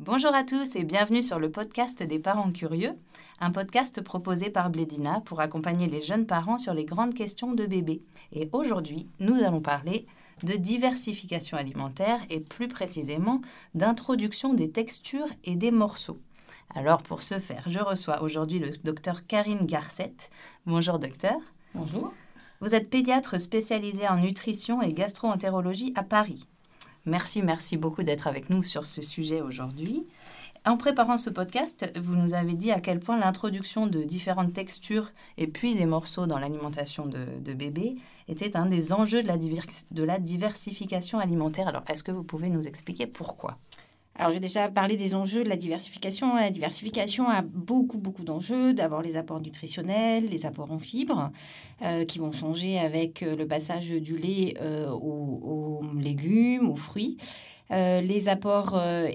Bonjour à tous et bienvenue sur le podcast des parents curieux, un podcast proposé par Blédina pour accompagner les jeunes parents sur les grandes questions de bébé. Et aujourd'hui, nous allons parler de diversification alimentaire et plus précisément d'introduction des textures et des morceaux. Alors pour ce faire, je reçois aujourd'hui le docteur Karine Garcette. Bonjour docteur. Bonjour. Vous êtes pédiatre spécialisé en nutrition et gastro-entérologie à Paris. Merci beaucoup d'être avec nous sur ce sujet aujourd'hui. En préparant ce podcast, vous nous avez dit à quel point l'introduction de différentes textures et puis des morceaux dans l'alimentation de bébés était un des enjeux de la diversification alimentaire. Alors, est-ce que vous pouvez nous expliquer pourquoi ? Alors, j'ai déjà parlé des enjeux de la diversification. La diversification a beaucoup d'enjeux. D'abord, les apports nutritionnels, les apports en fibres qui vont changer avec le passage du lait aux légumes, aux fruits. Les apports,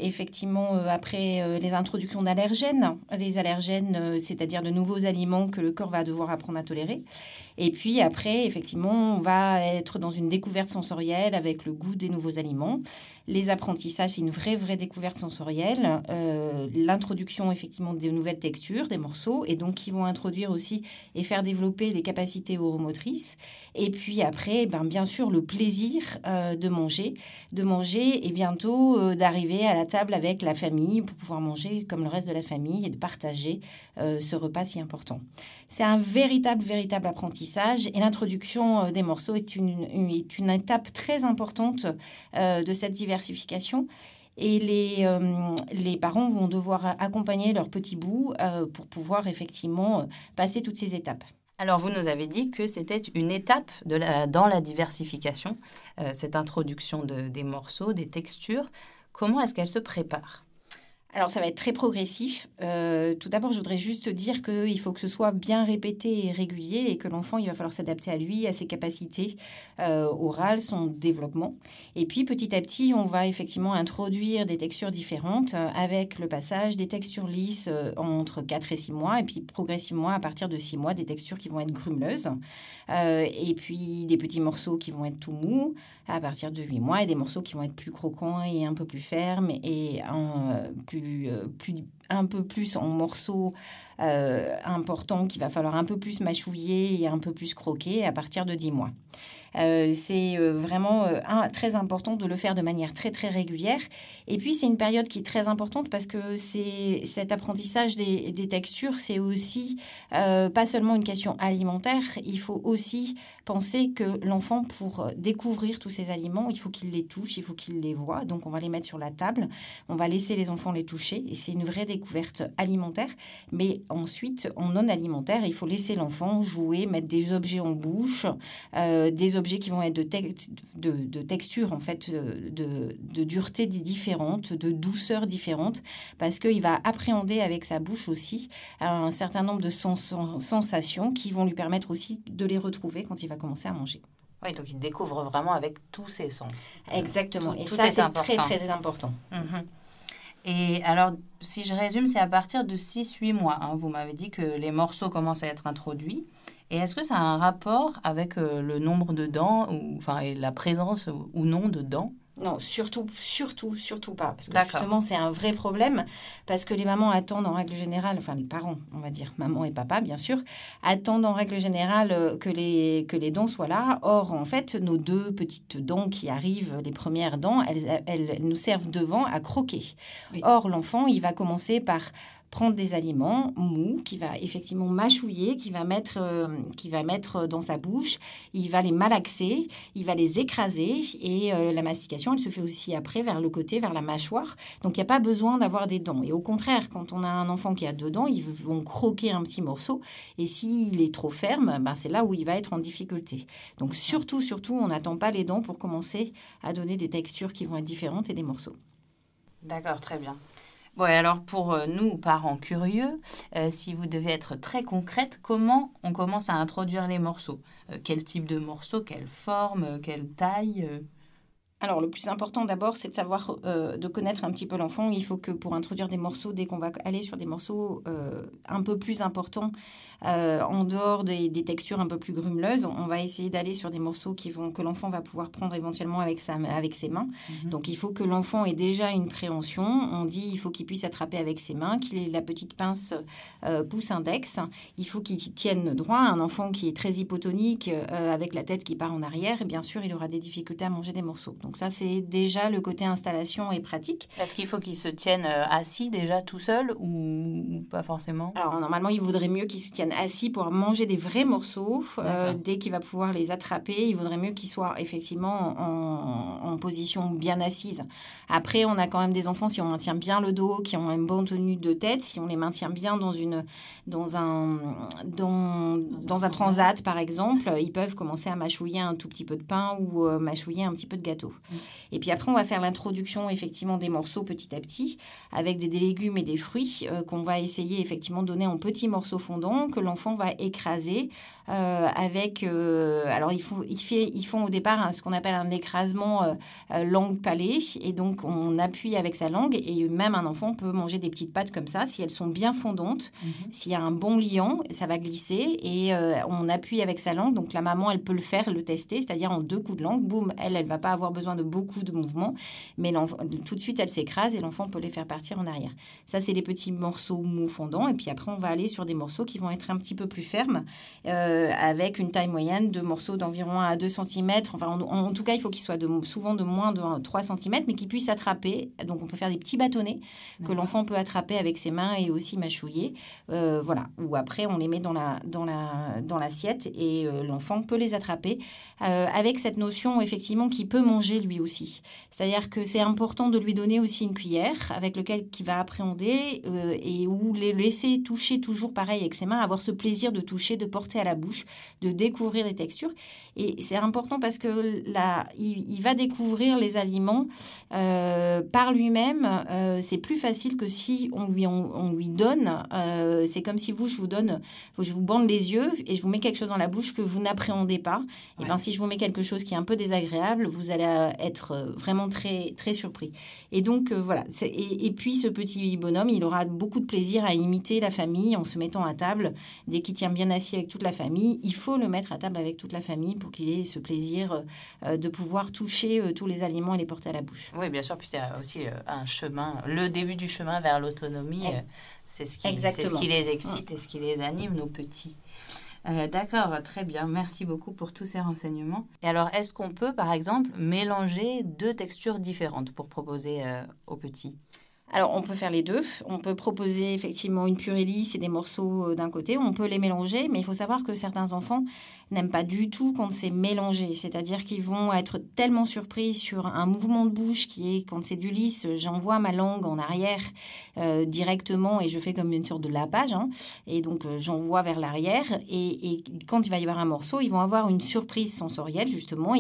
après les introductions d'allergènes. Les allergènes, c'est-à-dire de nouveaux aliments que le corps va devoir apprendre à tolérer. Et puis après, effectivement, on va être dans une découverte sensorielle avec le goût des nouveaux aliments. Les apprentissages, c'est une vraie découverte sensorielle. L'introduction, effectivement, des nouvelles textures, des morceaux, et donc qui vont introduire aussi et faire développer les capacités oromotrices. Et puis après, bien sûr, le plaisir de manger et bientôt d'arriver à la table avec la famille pour pouvoir manger comme le reste de la famille et de partager ce repas si important. C'est un véritable apprentissage et l'introduction des morceaux est une étape très importante de cette diversification. Et les parents vont devoir accompagner leur petit bout pour pouvoir effectivement passer toutes ces étapes. Alors, vous nous avez dit que c'était une étape dans la diversification, cette introduction des morceaux, des textures. Comment est-ce qu'elle se prépare ? Alors, ça va être très progressif. Tout d'abord, je voudrais juste dire qu'il faut que ce soit bien répété et régulier et que l'enfant, il va falloir s'adapter à lui, à ses capacités orales, son développement. Et puis, petit à petit, on va effectivement introduire des textures différentes avec le passage des textures lisses entre 4 et 6 mois et puis progressivement, à partir de 6 mois, des textures qui vont être grumeleuses et puis des petits morceaux qui vont être tout mous à partir de 8 mois et des morceaux qui vont être plus croquants et un peu plus fermes et un peu plus en morceaux importants qu'il va falloir un peu plus mâchouiller et un peu plus croquer à partir de 10 mois. C'est vraiment très important de le faire de manière très régulière. Et puis, c'est une période qui est très importante parce que cet apprentissage des textures, c'est aussi pas seulement une question alimentaire. Il faut aussi penser que l'enfant, pour découvrir tous ces aliments, il faut qu'il les touche, il faut qu'il les voit. Donc, on va les mettre sur la table. On va laisser les enfants les toucher. Et c'est une vraie découverte alimentaire. Mais ensuite, en non alimentaire, il faut laisser l'enfant jouer, mettre des objets en bouche, des objets qui vont être de texture, en fait, de dureté différente, de douceur différente, parce qu'il va appréhender avec sa bouche aussi un certain nombre de sensations qui vont lui permettre aussi de les retrouver quand il va commencer à manger. Oui, donc il découvre vraiment avec tous ses sens. Exactement. Et ça, c'est important. très important. Mm-hmm. Et alors, si je résume, c'est à partir de 6-8 mois. Vous m'avez dit que les morceaux commencent à être introduits. Et est-ce que ça a un rapport avec le nombre de dents et la présence ou non de dents ? Non, surtout pas. Parce que justement, c'est un vrai problème. Parce que les mamans attendent en règle générale, enfin les parents, on va dire, maman et papa, bien sûr, attendent en règle générale que les dents soient là. Or, en fait, nos 2 petites dents qui arrivent, les premières dents, elles nous servent devant à croquer. Oui. Or, l'enfant, il va commencer par prendre des aliments mous, qui va effectivement mâchouiller, qui va mettre dans sa bouche, il va les malaxer, il va les écraser et la mastication, elle se fait aussi après vers le côté, vers la mâchoire. Donc, il n'y a pas besoin d'avoir des dents. Et au contraire, quand on a un enfant qui a 2 dents, ils vont croquer un petit morceau et s'il est trop ferme, c'est là où il va être en difficulté. Donc, surtout, on n'attend pas les dents pour commencer à donner des textures qui vont être différentes et des morceaux. D'accord, très bien. Bon, alors pour nous, parents curieux, si vous devez être très concrète, comment on commence à introduire les morceaux ? Quel type de morceaux ? Quelle forme ? Quelle taille ? Alors, le plus important d'abord, c'est de savoir, de connaître un petit peu l'enfant. Il faut que pour introduire des morceaux, dès qu'on va aller sur des morceaux un peu plus importants, en dehors des textures un peu plus grumeleuses, on va essayer d'aller sur des morceaux que l'enfant va pouvoir prendre éventuellement avec ses mains. Donc, il faut que l'enfant ait déjà une préhension. On dit il faut qu'il puisse attraper avec ses mains, qu'il ait la petite pince pouce-index. Il faut qu'il tienne droit. Un enfant qui est très hypotonique, avec la tête qui part en arrière, et bien sûr, il aura des difficultés à manger des morceaux. Donc ça, c'est déjà le côté installation et pratique. Est-ce qu'il faut qu'il se tienne assis déjà tout seul ou pas forcément? Alors, normalement, il vaudrait mieux qu'il se tienne assis pour manger des vrais morceaux. Dès qu'il va pouvoir les attraper, il vaudrait mieux qu'il soit effectivement en position bien assise. Après, on a quand même des enfants, si on maintient bien le dos, qui ont une bonne tenue de tête, si on les maintient bien dans un transat, par exemple, ils peuvent commencer à mâchouiller un tout petit peu de pain ou mâchouiller un petit peu de gâteau. Et puis après, on va faire l'introduction effectivement des morceaux petit à petit avec des légumes et des fruits qu'on va essayer effectivement de donner en petits morceaux fondants que l'enfant va écraser alors ils font au départ ce qu'on appelle un écrasement langue-palais, et donc on appuie avec sa langue, et même un enfant peut manger des petites pâtes comme ça si elles sont bien fondantes. S'il y a un bon liant, ça va glisser, et on appuie avec sa langue. Donc la maman, elle peut le tester, c'est-à-dire en 2 coups de langue, boum, elle va pas avoir besoin de beaucoup de mouvements, mais tout de suite elle s'écrase et l'enfant peut les faire partir en arrière. Ça, c'est les petits morceaux mous fondants. Et puis après, on va aller sur des morceaux qui vont être un petit peu plus fermes, avec une taille moyenne de morceaux d'environ 1 à 2 cm. Enfin, en tout cas, il faut qu'ils soient souvent de moins de 3 cm, mais qu'ils puissent attraper. Donc, on peut faire des petits bâtonnets que l'enfant peut attraper avec ses mains et aussi mâchouiller. Voilà. Ou après, on les met dans l'assiette, et l'enfant peut les attraper avec cette notion, effectivement, qu'il peut manger lui aussi. C'est-à-dire que c'est important de lui donner aussi une cuillère avec laquelle il va appréhender, et où les laisser toucher toujours pareil avec ses mains, avoir ce plaisir de toucher, de porter à la bouche, de découvrir les textures. Et c'est important parce que il va découvrir les aliments par lui-même. C'est plus facile que si on lui donne. C'est comme si je vous bande les yeux et je vous mets quelque chose dans la bouche que vous n'appréhendez pas. Ouais. Et bien, si je vous mets quelque chose qui est un peu désagréable, vous allez être vraiment très, très surpris. Et donc, voilà. Et puis, ce petit bonhomme, il aura beaucoup de plaisir à imiter la famille en se mettant à table. Dès qu'il tient bien assis avec toute la famille, il faut le mettre à table avec toute la famille pour qu'il ait ce plaisir de pouvoir toucher tous les aliments et les porter à la bouche. Oui, bien sûr. Puis c'est aussi un chemin, le début du chemin vers l'autonomie. C'est ce qui les excite et ce qui les anime, nos petits. D'accord, très bien. Merci beaucoup pour tous ces renseignements. Et alors, est-ce qu'on peut, par exemple, mélanger 2 textures différentes pour proposer aux petits ? Alors, on peut faire les deux. On peut proposer effectivement une purée lisse et des morceaux d'un côté. On peut les mélanger, mais il faut savoir que certains enfants n'aiment pas du tout quand c'est mélangé. C'est-à-dire qu'ils vont être tellement surpris sur un mouvement de bouche qui est, quand c'est du lisse, j'envoie ma langue en arrière directement et je fais comme une sorte de lapage. Et donc, j'envoie vers l'arrière. Et quand il va y avoir un morceau, ils vont avoir une surprise sensorielle, justement.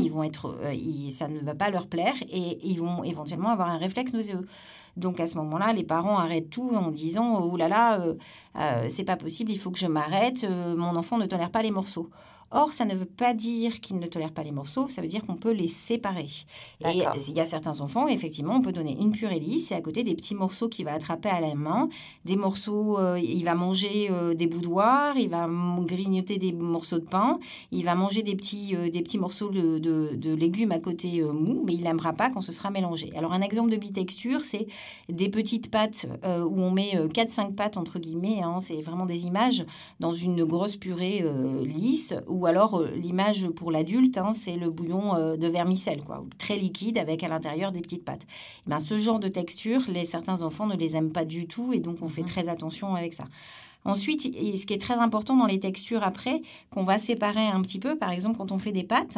Ça ne va pas leur plaire et ils vont éventuellement avoir un réflexe nauséeux. Donc, à ce moment-là, les parents arrêtent tout en disant « Oh là là, c'est pas possible, il faut que je m'arrête, mon enfant ne tolère pas les morceaux ». Or, ça ne veut pas dire qu'ils ne tolèrent pas les morceaux, ça veut dire qu'on peut les séparer. D'accord. Et il y a certains enfants, effectivement, on peut donner une purée lisse et à côté des petits morceaux qu'il va attraper à la main, des morceaux, il va manger des boudoirs, il va grignoter des morceaux de pain, il va manger des petits morceaux de légumes à côté mous, mais il n'aimera pas quand ce sera mélangé. Alors, un exemple de bitexture, c'est des petites pâtes où on met 4-5 pâtes, entre guillemets, c'est vraiment des images, dans une grosse purée lisse, ou alors l'image pour l'adulte, c'est le bouillon de vermicelle, très liquide avec à l'intérieur des petites pâtes. Ce genre de texture, certains enfants ne les aiment pas du tout et donc on fait très attention avec ça. Ensuite, ce qui est très important dans les textures après, qu'on va séparer un petit peu, par exemple quand on fait des pâtes,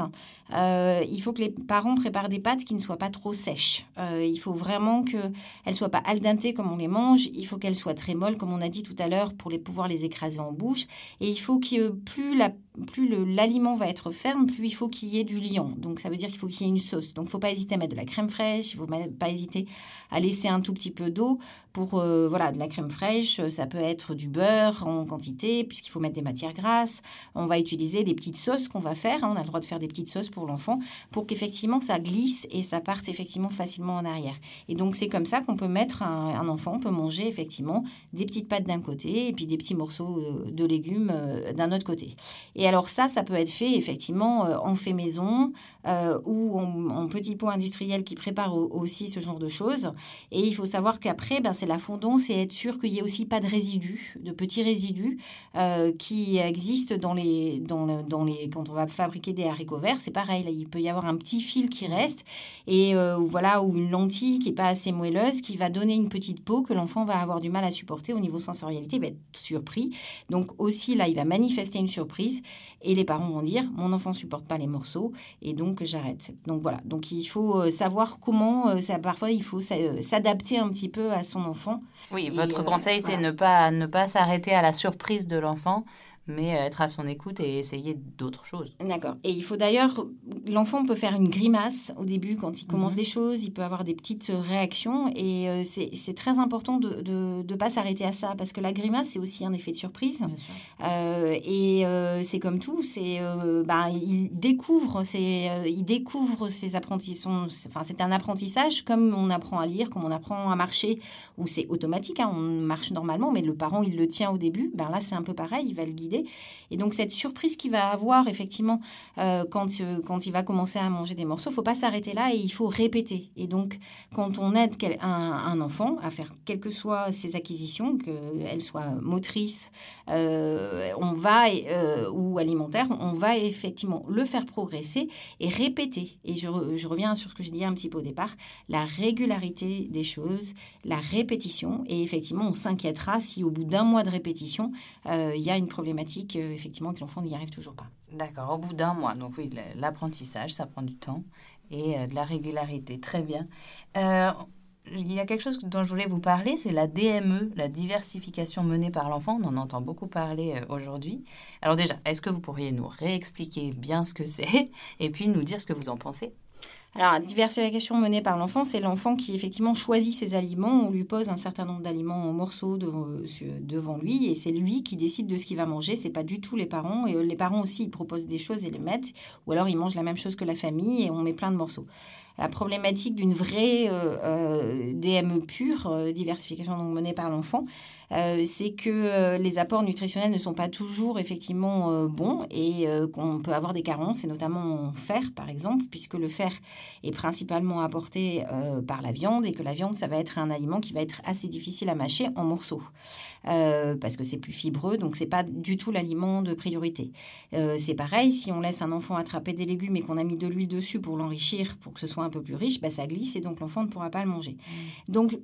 il faut que les parents préparent des pâtes qui ne soient pas trop sèches. Il faut vraiment qu'elles ne soient pas al dente comme on les mange, il faut qu'elles soient très molles comme on a dit tout à l'heure pour pouvoir les écraser en bouche. Et il faut que plus l'aliment va être ferme, plus il faut qu'il y ait du liant. Donc, ça veut dire qu'il faut qu'il y ait une sauce. Donc, il ne faut pas hésiter à mettre de la crème fraîche. Il ne faut pas hésiter à laisser un tout petit peu d'eau pour de la crème fraîche. Ça peut être du beurre en quantité, puisqu'il faut mettre des matières grasses. On va utiliser des petites sauces qu'on va faire. On a le droit de faire des petites sauces pour l'enfant pour qu'effectivement, ça glisse et ça parte effectivement facilement en arrière. Et donc, c'est comme ça qu'on peut mettre un enfant peut manger effectivement des petites pâtes d'un côté et puis des petits morceaux de légumes d'un autre côté. Et alors ça peut être fait effectivement en fait maison ou en petits pots industriels qui préparent aussi ce genre de choses. Et il faut savoir qu'après, c'est la fondance et être sûr qu'il n'y ait aussi pas de résidus, de petits résidus qui existent quand on va fabriquer des haricots verts. C'est pareil, là, il peut y avoir un petit fil qui reste et ou une lentille qui n'est pas assez moelleuse qui va donner une petite peau que l'enfant va avoir du mal à supporter au niveau sensorialité, il va être surpris. Donc aussi, là, il va manifester une surprise et les parents vont dire « mon enfant ne supporte pas les morceaux et donc j'arrête ». Donc voilà, donc il faut savoir comment, parfois il faut s'adapter un petit peu à son enfant. Oui, votre conseil, c'est ne pas s'arrêter à la surprise de l'enfant, mais être à son écoute et essayer d'autres choses. D'accord. Et il faut d'ailleurs, l'enfant peut faire une grimace au début quand il commence des choses, il peut avoir des petites réactions et c'est très important de ne pas s'arrêter à ça parce que la grimace, c'est aussi un effet de surprise. C'est comme tout, il découvre ses apprentissages, c'est un apprentissage comme on apprend à lire, comme on apprend à marcher, où c'est automatique, on marche normalement, mais le parent, il le tient au début, là c'est un peu pareil, il va le guider. Et donc, cette surprise qu'il va avoir, effectivement, quand il va commencer à manger des morceaux, il ne faut pas s'arrêter là et il faut répéter. Et donc, quand on aide un enfant à faire quelles que soient ses acquisitions, qu'elles soient motrices ou alimentaires, on va effectivement le faire progresser et répéter. Et je reviens sur ce que je disais un petit peu au départ, la régularité des choses, la répétition. Et effectivement, on s'inquiétera si au bout d'un mois de répétition, il y a une problématique effectivement que l'enfant n'y arrive toujours pas. D'accord, au bout d'un mois. Donc oui, l'apprentissage, ça prend du temps et de la régularité. Très bien. Il y a quelque chose dont je voulais vous parler, c'est la DME, la diversification menée par l'enfant. On en entend beaucoup parler aujourd'hui. Alors déjà, est-ce que vous pourriez nous réexpliquer bien ce que c'est et puis nous dire ce que vous en pensez ? Alors, la diversification menée par l'enfant, c'est l'enfant qui effectivement choisit ses aliments. On lui pose un certain nombre d'aliments en morceaux devant lui et c'est lui qui décide de ce qu'il va manger. C'est pas du tout les parents. Et les parents aussi, ils proposent des choses et les mettent. Ou alors, ils mangent la même chose que la famille et on met plein de morceaux. La problématique d'une vraie DME pure, diversification donc menée par l'enfant, c'est que les apports nutritionnels ne sont pas toujours effectivement bons et qu'on peut avoir des carences, et notamment en fer par exemple, puisque le fer est principalement apporté par la viande et que la viande, ça va être un aliment qui va être assez difficile à mâcher en morceaux. Parce que c'est plus fibreux, donc c'est pas du tout l'aliment de priorité. C'est pareil, si on laisse un enfant attraper des légumes et qu'on a mis de l'huile dessus pour l'enrichir, pour que ce soit un peu plus riche, ça glisse et donc l'enfant ne pourra pas le manger. Donc,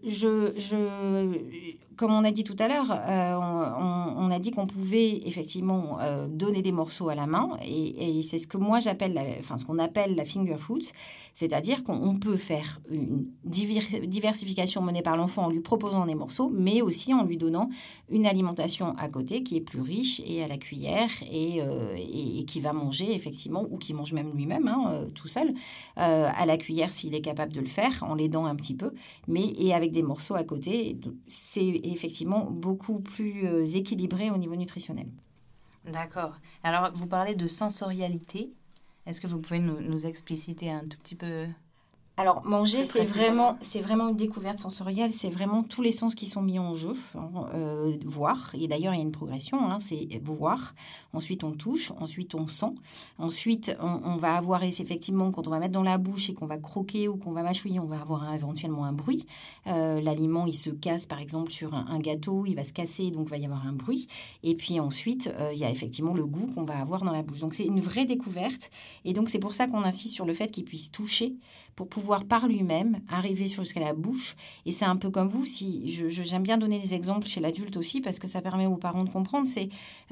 comme on a dit tout à l'heure, on a dit qu'on pouvait effectivement donner des morceaux à la main et c'est ce que moi j'appelle, ce qu'on appelle la finger food, c'est-à-dire qu'on peut faire une diversification menée par l'enfant en lui proposant des morceaux, mais aussi en lui donnant une alimentation à côté qui est plus riche et à la cuillère et qui va manger effectivement, ou qui mange même lui-même tout seul, à la cuillère s'il est capable de le faire, en l'aidant un petit peu, et avec des morceaux à côté. C'est effectivement beaucoup plus équilibré au niveau nutritionnel. D'accord. Alors, vous parlez de sensorialité. Est-ce que vous pouvez nous expliciter un tout petit peu ? Alors, manger, c'est vraiment une découverte sensorielle. C'est vraiment tous les sens qui sont mis en jeu. Voir, et d'ailleurs, il y a une progression. C'est voir. Ensuite, on touche. Ensuite, on sent. Ensuite, on va avoir, effectivement, quand on va mettre dans la bouche et qu'on va croquer ou qu'on va mâchouiller, on va avoir éventuellement un bruit. L'aliment, il se casse, par exemple, sur un gâteau. Il va se casser, donc il va y avoir un bruit. Et puis ensuite, il y a effectivement le goût qu'on va avoir dans la bouche. Donc, c'est une vraie découverte. Et donc, c'est pour ça qu'on insiste sur le fait qu'il puisse toucher pour pouvoir par lui-même arriver jusqu'à la bouche. Et c'est un peu comme vous, j'aime bien donner des exemples chez l'adulte aussi, parce que ça permet aux parents de comprendre, c'est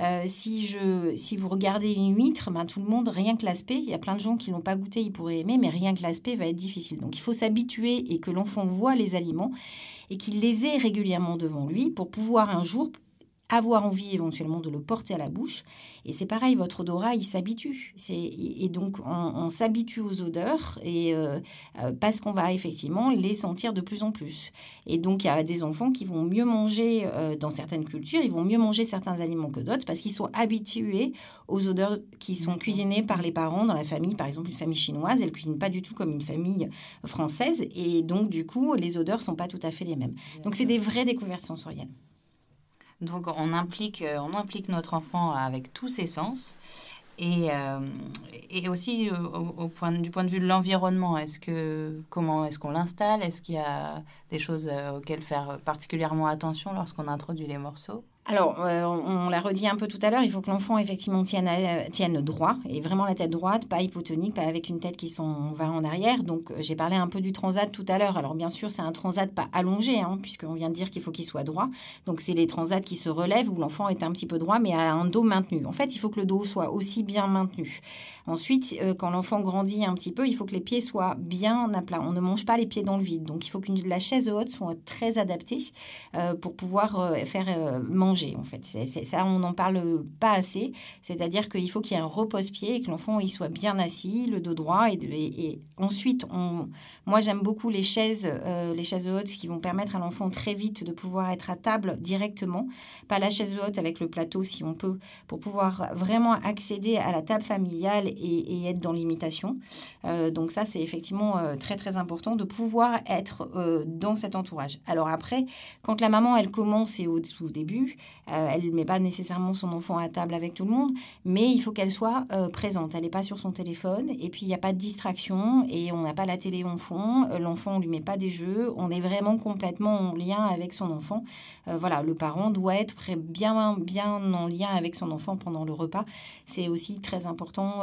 si vous regardez une huître, tout le monde, rien que l'aspect, il y a plein de gens qui l'ont pas goûté, ils pourraient aimer, mais rien que l'aspect va être difficile. Donc il faut s'habituer et que l'enfant voit les aliments et qu'il les ait régulièrement devant lui pour pouvoir un jour avoir envie éventuellement de le porter à la bouche. Et c'est pareil, votre odorat, il s'habitue. Et donc, on s'habitue aux odeurs parce qu'on va effectivement les sentir de plus en plus. Et donc, il y a des enfants qui vont mieux manger dans certaines cultures, ils vont mieux manger certains aliments que d'autres parce qu'ils sont habitués aux odeurs qui sont cuisinées par les parents dans la famille. Par exemple, une famille chinoise, elle ne cuisine pas du tout comme une famille française. Et donc, du coup, les odeurs ne sont pas tout à fait les mêmes. Donc, c'est des vraies découvertes sensorielles. Donc, on implique notre enfant avec tous ses sens. Et aussi, du point de vue de l'environnement, comment est-ce qu'on l'installe? Est-ce qu'il y a des choses auxquelles faire particulièrement attention lorsqu'on introduit les morceaux? Alors, on l'a redit un peu tout à l'heure, il faut que l'enfant effectivement tienne droit, et vraiment la tête droite, pas hypotonique, pas avec une tête qui s'en va en arrière. Donc, j'ai parlé un peu du transat tout à l'heure. Alors, bien sûr, c'est un transat pas allongé, puisqu'on vient de dire qu'il faut qu'il soit droit. Donc, c'est les transats qui se relèvent, où l'enfant est un petit peu droit, mais a un dos maintenu. En fait, il faut que le dos soit aussi bien maintenu. Ensuite, quand l'enfant grandit un petit peu, il faut que les pieds soient bien à plat. On ne mange pas les pieds dans le vide. Donc, il faut que la chaise haute soit très adaptée pour pouvoir faire manger, en fait. Ça, on n'en parle pas assez. C'est-à-dire qu'il faut qu'il y ait un repose-pied et que l'enfant il soit bien assis, le dos droit. Et ensuite, moi, j'aime beaucoup les chaises hautes qui vont permettre à l'enfant très vite de pouvoir être à table directement. Pas la chaise haute avec le plateau, si on peut, pour pouvoir vraiment accéder à la table familiale et être dans l'imitation. Donc ça, c'est effectivement très, très important de pouvoir être dans cet entourage. Alors après, quand la maman, elle commence et au début, elle ne met pas nécessairement son enfant à table avec tout le monde, mais il faut qu'elle soit présente. Elle n'est pas sur son téléphone et puis il n'y a pas de distraction et on n'a pas la télé en fond. L'enfant, on ne lui met pas des jeux. On est vraiment complètement en lien avec son enfant. Voilà, le parent doit être bien en lien avec son enfant pendant le repas. C'est aussi très important.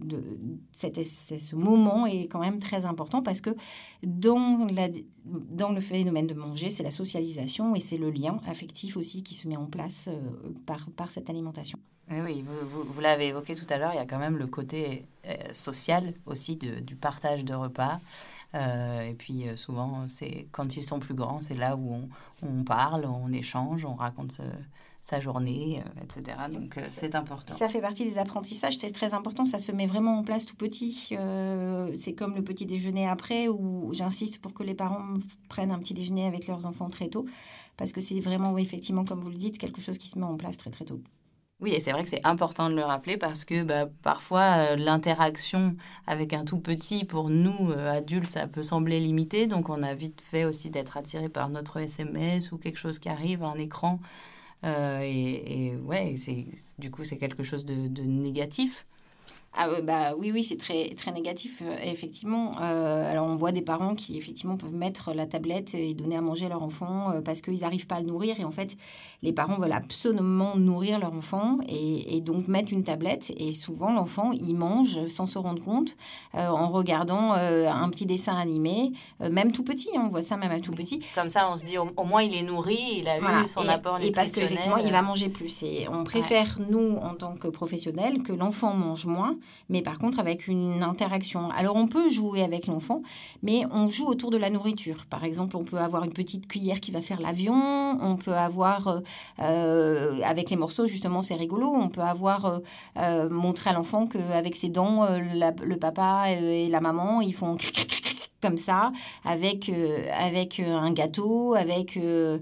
Ce moment est quand même très important parce que dans le phénomène de manger, c'est la socialisation et c'est le lien affectif aussi qui se met en place par cette alimentation. Oui, vous l'avez évoqué tout à l'heure, il y a quand même le côté social aussi du partage de repas. Et puis souvent, quand ils sont plus grands, c'est là où on parle, on échange, on raconte sa journée, etc. Donc, c'est important. Ça fait partie des apprentissages, c'est très important. Ça se met vraiment en place tout petit. C'est comme le petit déjeuner après, où j'insiste pour que les parents prennent un petit déjeuner avec leurs enfants très tôt. Parce que c'est vraiment, oui, effectivement, comme vous le dites, quelque chose qui se met en place très, très tôt. Oui, et c'est vrai que c'est important de le rappeler parce que parfois, l'interaction avec un tout petit, pour nous, adultes, ça peut sembler limité. Donc, on a vite fait aussi d'être attiré par notre SMS ou quelque chose qui arrive, un écran. Ouais, du coup, c'est quelque chose de négatif. Oui, c'est très, très négatif, effectivement. Alors, on voit des parents qui, effectivement, peuvent mettre la tablette et donner à manger à leur enfant parce qu'ils n'arrivent pas à le nourrir. Et en fait, les parents veulent absolument nourrir leur enfant et donc mettre une tablette. Et souvent, l'enfant, il mange sans se rendre compte en regardant un petit dessin animé, même tout petit. On voit ça même à tout petit. Comme ça, on se dit, au moins, il est nourri, il a eu son apport nutritionnel. Et parce qu'effectivement, il va manger plus. Et on préfère, nous, en tant que professionnels, que l'enfant mange moins, mais par contre avec une interaction. Alors on peut jouer avec l'enfant, mais on joue autour de la nourriture. Par exemple, on peut avoir une petite cuillère qui va faire l'avion, on peut avoir, avec les morceaux justement c'est rigolo, on peut avoir montré à l'enfant qu'avec ses dents, le papa et la maman, ils font comme ça, avec un gâteau, avec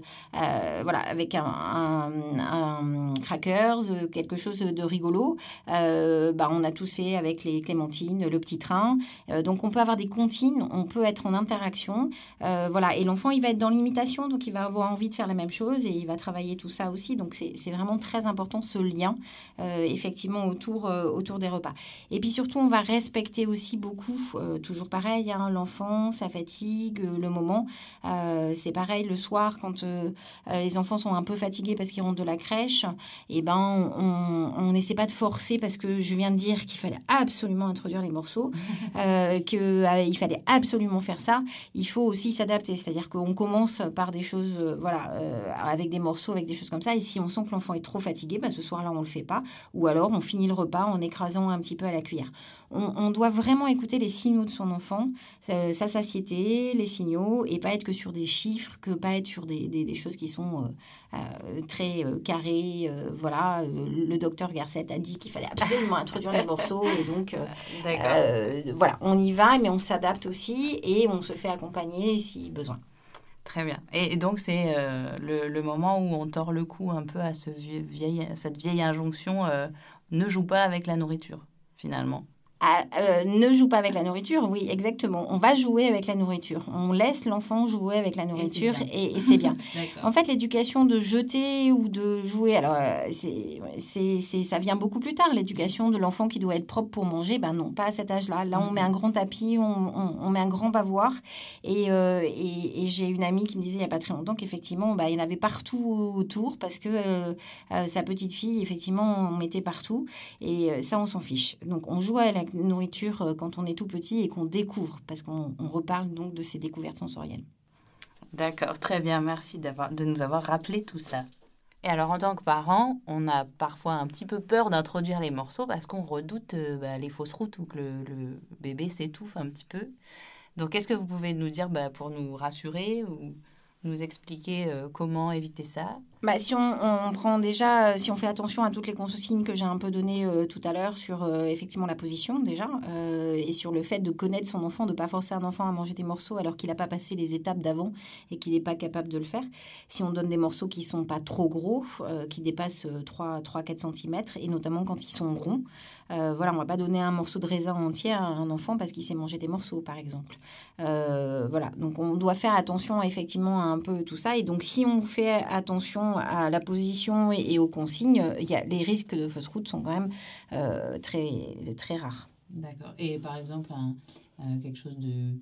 un crackers, quelque chose de rigolo. On a tous fait avec les clémentines, le petit train. Donc, on peut avoir des comptines, on peut être en interaction. Et l'enfant, il va être dans l'imitation, donc il va avoir envie de faire la même chose et il va travailler tout ça aussi. Donc, c'est vraiment très important, ce lien, effectivement, autour des repas. Et puis, surtout, on va respecter aussi beaucoup, toujours pareil, l'enfant, sa fatigue, le moment. C'est pareil le soir quand les enfants sont un peu fatigués parce qu'ils rentrent de la crèche. On n'essaie pas de forcer parce que je viens de dire qu'il fallait absolument introduire les morceaux, qu'il fallait absolument faire ça. Il faut aussi s'adapter, c'est-à-dire qu'on commence par des choses, avec des morceaux, avec des choses comme ça. Et si on sent que l'enfant est trop fatigué, ce soir-là on le fait pas. Ou alors on finit le repas en écrasant un petit peu à la cuillère. On doit vraiment écouter les signaux de son enfant. sa satiété, les signaux, et pas être que sur des chiffres, que pas être sur des choses qui sont très carrées. Voilà, le docteur Garcet a dit qu'il fallait absolument introduire les morceaux, et donc voilà, on y va, mais on s'adapte aussi, et on se fait accompagner si besoin. Très bien. Et donc, c'est le moment où on tord le cou un peu à cette vieille injonction ne joue pas avec la nourriture, finalement. Ne joue pas avec la nourriture, oui, exactement. On va jouer avec la nourriture. On laisse l'enfant jouer avec la nourriture et c'est bien. En fait, l'éducation de jeter ou de jouer, alors ça vient beaucoup plus tard. L'éducation de l'enfant qui doit être propre pour manger, ben non, pas à cet âge-là. Là, on met un grand tapis, on met un grand bavoir. Et j'ai une amie qui me disait il n'y a pas très longtemps qu'effectivement, il y en avait partout autour parce que sa petite fille, effectivement, on mettait partout. Et ça, on s'en fiche. Donc, on joue à la nourriture quand on est tout petit et qu'on découvre, parce qu'on reparle donc de ces découvertes sensorielles. D'accord, très bien, merci de nous avoir rappelé tout ça. Et alors, en tant que parent, on a parfois un petit peu peur d'introduire les morceaux parce qu'on redoute les fausses routes ou que le bébé s'étouffe un petit peu. Donc, est-ce que vous pouvez nous dire, pour nous rassurer ou nous expliquer comment éviter ça ? Si on prend déjà, si on fait attention à toutes les consignes que j'ai un peu données tout à l'heure sur effectivement la position déjà et sur le fait de connaître son enfant, de ne pas forcer un enfant à manger des morceaux alors qu'il n'a pas passé les étapes d'avant et qu'il n'est pas capable de le faire. Si on donne des morceaux qui ne sont pas trop gros, qui dépassent 3-4 cm et notamment quand ils sont ronds, voilà, on ne va pas donner un morceau de raisin entier à un enfant parce qu'il sait manger des morceaux par exemple. Voilà, donc on doit faire attention effectivement à un peu tout ça et donc si on fait attention à la position et aux consignes, les risques de fausse route sont quand même très, très rares. D'accord. Et par exemple, quelque chose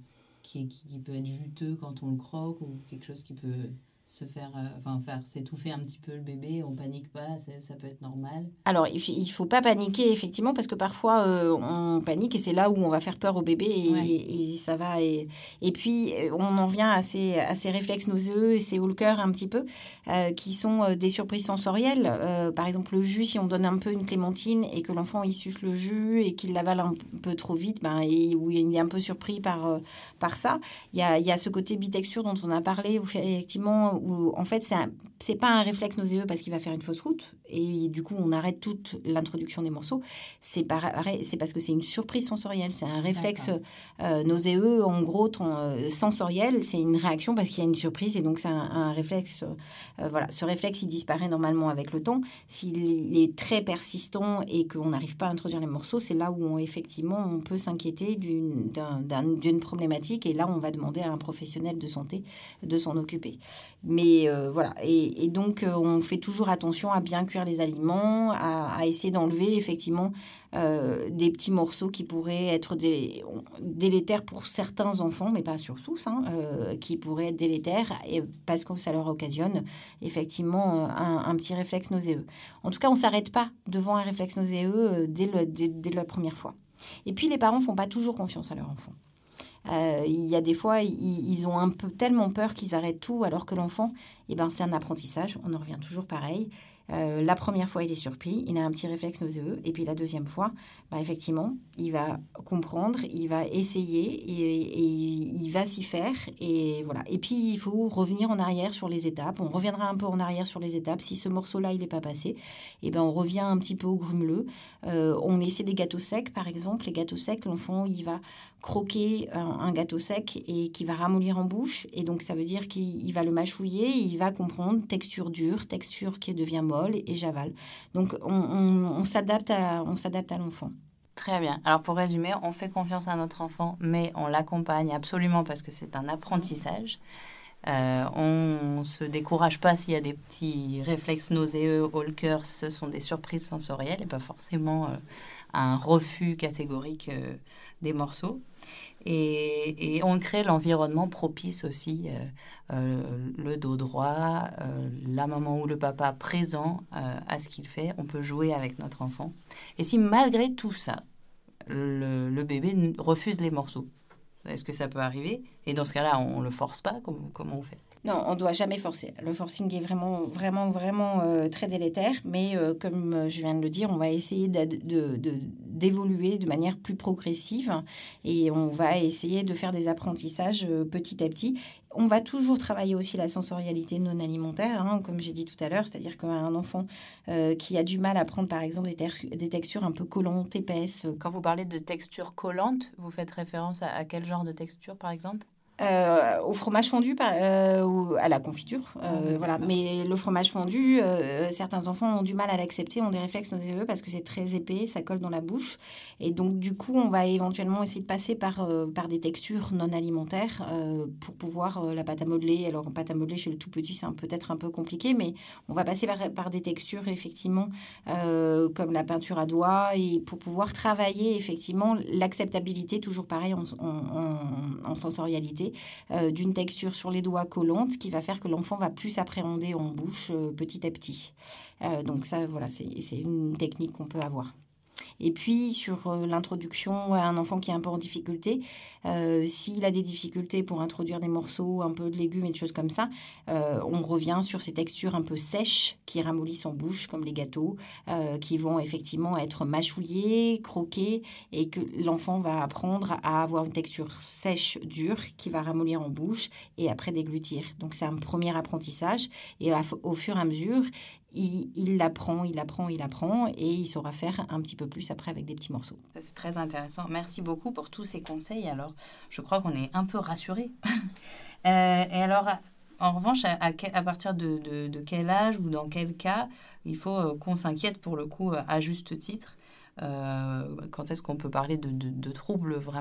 qui peut être juteux quand on le croque ou quelque chose qui peut se faire s'étouffer un petit peu le bébé, on panique pas, ça peut être normal. Alors, il faut pas paniquer, effectivement, parce que parfois, on panique et c'est là où on va faire peur au bébé et ça va. Et puis, on en vient à ces réflexes nauséeux et ces hauts le cœur un petit peu, qui sont des surprises sensorielles. Par exemple, le jus, si on donne un peu une clémentine et que l'enfant, il suce le jus et qu'il l'avale un peu trop vite, où il est un peu surpris par ça. Il y a ce côté bitexture dont on a parlé, où effectivement, où en fait, c'est pas un réflexe nauséeux parce qu'il va faire une fausse route et du coup, on arrête toute l'introduction des morceaux. C'est parce que c'est une surprise sensorielle. C'est un réflexe nauséeux, en gros, sensoriel. C'est une réaction parce qu'il y a une surprise et donc c'est un réflexe. Voilà, ce réflexe, il disparaît normalement avec le temps. S'il est très persistant et qu'on n'arrive pas à introduire les morceaux, c'est là où effectivement, on peut s'inquiéter d'une problématique et là, on va demander à un professionnel de santé de s'en occuper. Mais voilà, et donc on fait toujours attention à bien cuire les aliments, à essayer d'enlever effectivement des petits morceaux qui pourraient être délétères pour certains enfants, mais pas sur tous, qui pourraient être délétères parce que ça leur occasionne effectivement un petit réflexe nauséeux. En tout cas, on ne s'arrête pas devant un réflexe nauséeux dès la première fois. Et puis, les parents ne font pas toujours confiance à leur enfant. Il y a des fois, ils ont tellement peur qu'ils arrêtent tout, alors que l'enfant, c'est un apprentissage. On en revient toujours pareil. La première fois, il est surpris, il a un petit réflexe nauséeux. Et puis la deuxième fois, effectivement, il va comprendre, il va essayer et il va s'y faire. Et voilà. Et puis, il faut revenir en arrière sur les étapes. On reviendra un peu en arrière sur les étapes. Si ce morceau-là, il n'est pas passé, on revient un petit peu au grumeleux. On essaie des gâteaux secs, par exemple. Les gâteaux secs, l'enfant, il va croquer un gâteau sec et qui va ramollir en bouche. Et donc, ça veut dire qu'il va le mâchouiller, il va comprendre texture dure, texture qui devient molle et j'avale. Donc, on s'adapte à l'enfant. Très bien. Alors, pour résumer, on fait confiance à notre enfant, mais on l'accompagne absolument parce que c'est un apprentissage. On ne se décourage pas s'il y a des petits réflexes nauséeux, haut le cœur, ce sont des surprises sensorielles et pas forcément un refus catégorique des morceaux. Et on crée l'environnement propice aussi, le dos droit, la maman ou le papa présent à ce qu'il fait. On peut jouer avec notre enfant. Et si malgré tout ça, le bébé refuse les morceaux, est-ce que ça peut arriver ? Et dans ce cas-là, on ne le force pas ? Comment on fait ? Non, on ne doit jamais forcer. Le forcing est vraiment, vraiment, vraiment très délétère. Mais comme je viens de le dire, on va essayer d'évoluer de manière plus progressive et on va essayer de faire des apprentissages petit à petit. On va toujours travailler aussi la sensorialité non alimentaire, comme j'ai dit tout à l'heure, c'est-à-dire qu'un enfant qui a du mal à prendre par exemple des textures un peu collantes, épaisses. Quand vous parlez de texture collante, vous faites référence à quel genre de texture par exemple ? Au fromage fondu, ou à la confiture. Voilà. Mais le fromage fondu, certains enfants ont du mal à l'accepter, ont des réflexes nauséeux parce que c'est très épais, ça colle dans la bouche. Et donc, du coup, on va éventuellement essayer de passer par des textures non alimentaires pour pouvoir la pâte à modeler. Alors, pâte à modeler chez le tout petit, c'est peut-être un peu compliqué, mais on va passer par des textures, effectivement, comme la peinture à doigts, et pour pouvoir travailler, effectivement, l'acceptabilité, toujours pareil, en sensorialité, d'une texture sur les doigts collante qui va faire que l'enfant va plus appréhender en bouche petit à petit. Donc ça, voilà, c'est une technique qu'on peut avoir. Et puis, sur l'introduction à un enfant qui est un peu en difficulté, s'il a des difficultés pour introduire des morceaux, un peu de légumes et de choses comme ça, on revient sur ces textures un peu sèches qui ramollissent en bouche, comme les gâteaux, qui vont effectivement être mâchouillés, croqués, et que l'enfant va apprendre à avoir une texture sèche, dure, qui va ramollir en bouche et après déglutir. Donc, c'est un premier apprentissage. Et au fur et à mesure, il apprend et il saura faire un petit peu plus après avec des petits morceaux. Ça, c'est très intéressant. Merci beaucoup pour tous ces conseils. Alors, je crois qu'on est un peu rassurés. Et alors, en revanche, à partir de quel âge ou dans quel cas il faut qu'on s'inquiète pour le coup à juste titre quand est-ce qu'on peut parler de troubles vraiment ?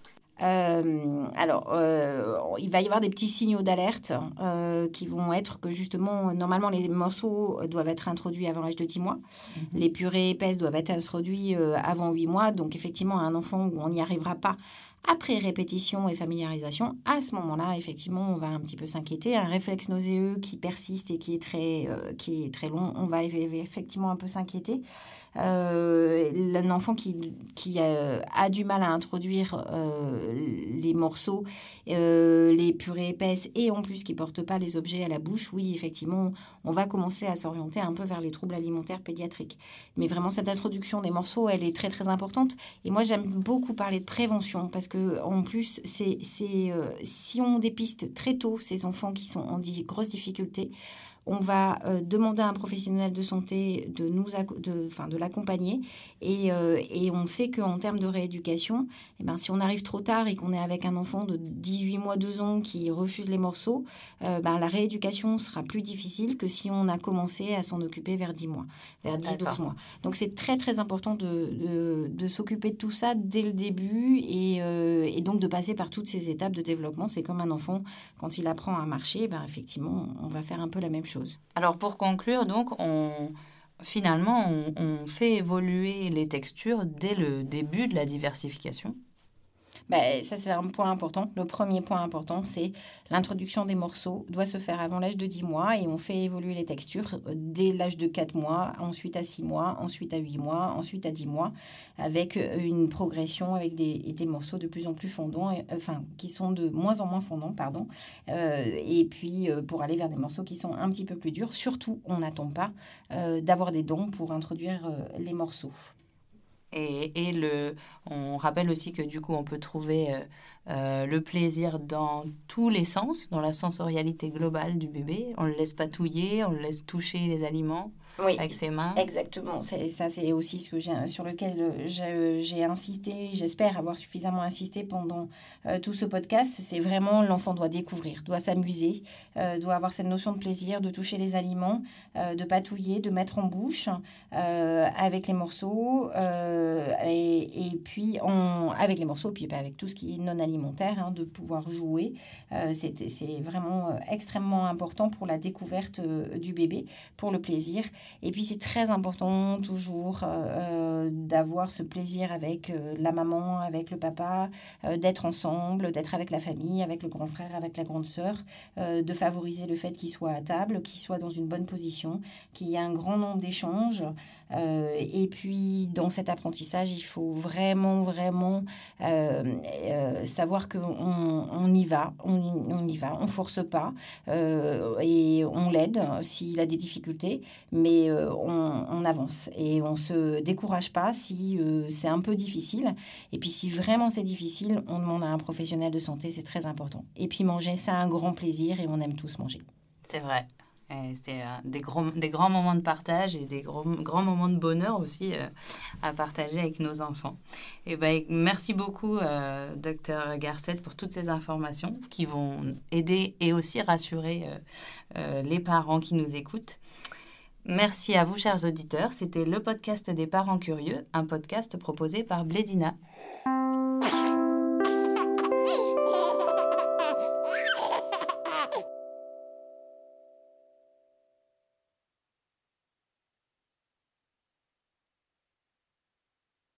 Il va y avoir des petits signaux d'alerte qui vont être que justement, normalement, les morceaux doivent être introduits avant l'âge de 10 mois. Les purées épaisses doivent être introduites avant 8 mois. Donc, effectivement, un enfant où on n'y arrivera pas après répétition et familiarisation, à ce moment-là, effectivement, on va un petit peu s'inquiéter. Un réflexe nauséeux qui persiste et qui est très long, on va effectivement un peu s'inquiéter. Un enfant qui a du mal à introduire les morceaux, les purées épaisses et en plus qui ne porte pas les objets à la bouche, oui, effectivement, on va commencer à s'orienter un peu vers les troubles alimentaires pédiatriques. Mais vraiment, cette introduction des morceaux, elle est très, très importante. Et moi, j'aime beaucoup parler de prévention parce que en plus, si on dépiste très tôt ces enfants qui sont en grosses difficultés, on va demander à un professionnel de santé de l'accompagner et on sait qu'en termes de rééducation, si on arrive trop tard et qu'on est avec un enfant de 18 mois, 2 ans qui refuse les morceaux, la rééducation sera plus difficile que si on a commencé à s'en occuper vers 10 mois, vers 10-12 mois. Donc c'est très très important de s'occuper de tout ça dès le début et donc de passer par toutes ces étapes de développement. C'est comme un enfant, quand il apprend à marcher, effectivement, on va faire un peu la même chose. Alors pour conclure, donc, on fait évoluer les textures dès le début de la diversification. Ça, c'est un point important. Le premier point important, c'est l'introduction des morceaux doit se faire avant l'âge de 10 mois et on fait évoluer les textures dès l'âge de 4 mois, ensuite à 6 mois, ensuite à 8 mois, ensuite à 10 mois, avec une progression avec des morceaux de plus en plus fondants, qui sont de moins en moins fondants, et puis pour aller vers des morceaux qui sont un petit peu plus durs. Surtout, on n'attend pas d'avoir des dons pour introduire les morceaux. Et on rappelle aussi que du coup, on peut trouver le plaisir dans tous les sens, dans la sensorialité globale du bébé. On ne le laisse patouiller, on le laisse toucher les aliments avec ses mains. Exactement. C'est aussi sur lequel j'ai insisté. J'espère avoir suffisamment insisté pendant tout ce podcast. C'est vraiment l'enfant doit découvrir, doit s'amuser, doit avoir cette notion de plaisir, de toucher les aliments, de patouiller, de mettre en bouche avec les morceaux et puis avec les morceaux, puis avec tout ce qui est non alimentaire, de pouvoir jouer. C'est vraiment extrêmement important pour la découverte du bébé, pour le plaisir. Et puis, c'est très important toujours d'avoir ce plaisir avec la maman, avec le papa, d'être ensemble, d'être avec la famille, avec le grand frère, avec la grande sœur, de favoriser le fait qu'il soit à table, qu'il soit dans une bonne position, qu'il y ait un grand nombre d'échanges Et puis, dans cet apprentissage, il faut vraiment savoir qu'on y va, on y va, on force pas et on l'aide s'il a des difficultés, mais on avance et on se décourage pas si c'est un peu difficile. Et puis, si vraiment c'est difficile, on demande à un professionnel de santé, c'est très important. Et puis, manger, c'est un grand plaisir et on aime tous manger. C'est vrai. C'est des grands moments de partage et des grands moments de bonheur aussi à partager avec nos enfants. Et merci beaucoup, Dr Garcette, pour toutes ces informations qui vont aider et aussi rassurer les parents qui nous écoutent. Merci à vous, chers auditeurs. C'était le podcast des parents curieux, un podcast proposé par Blédina.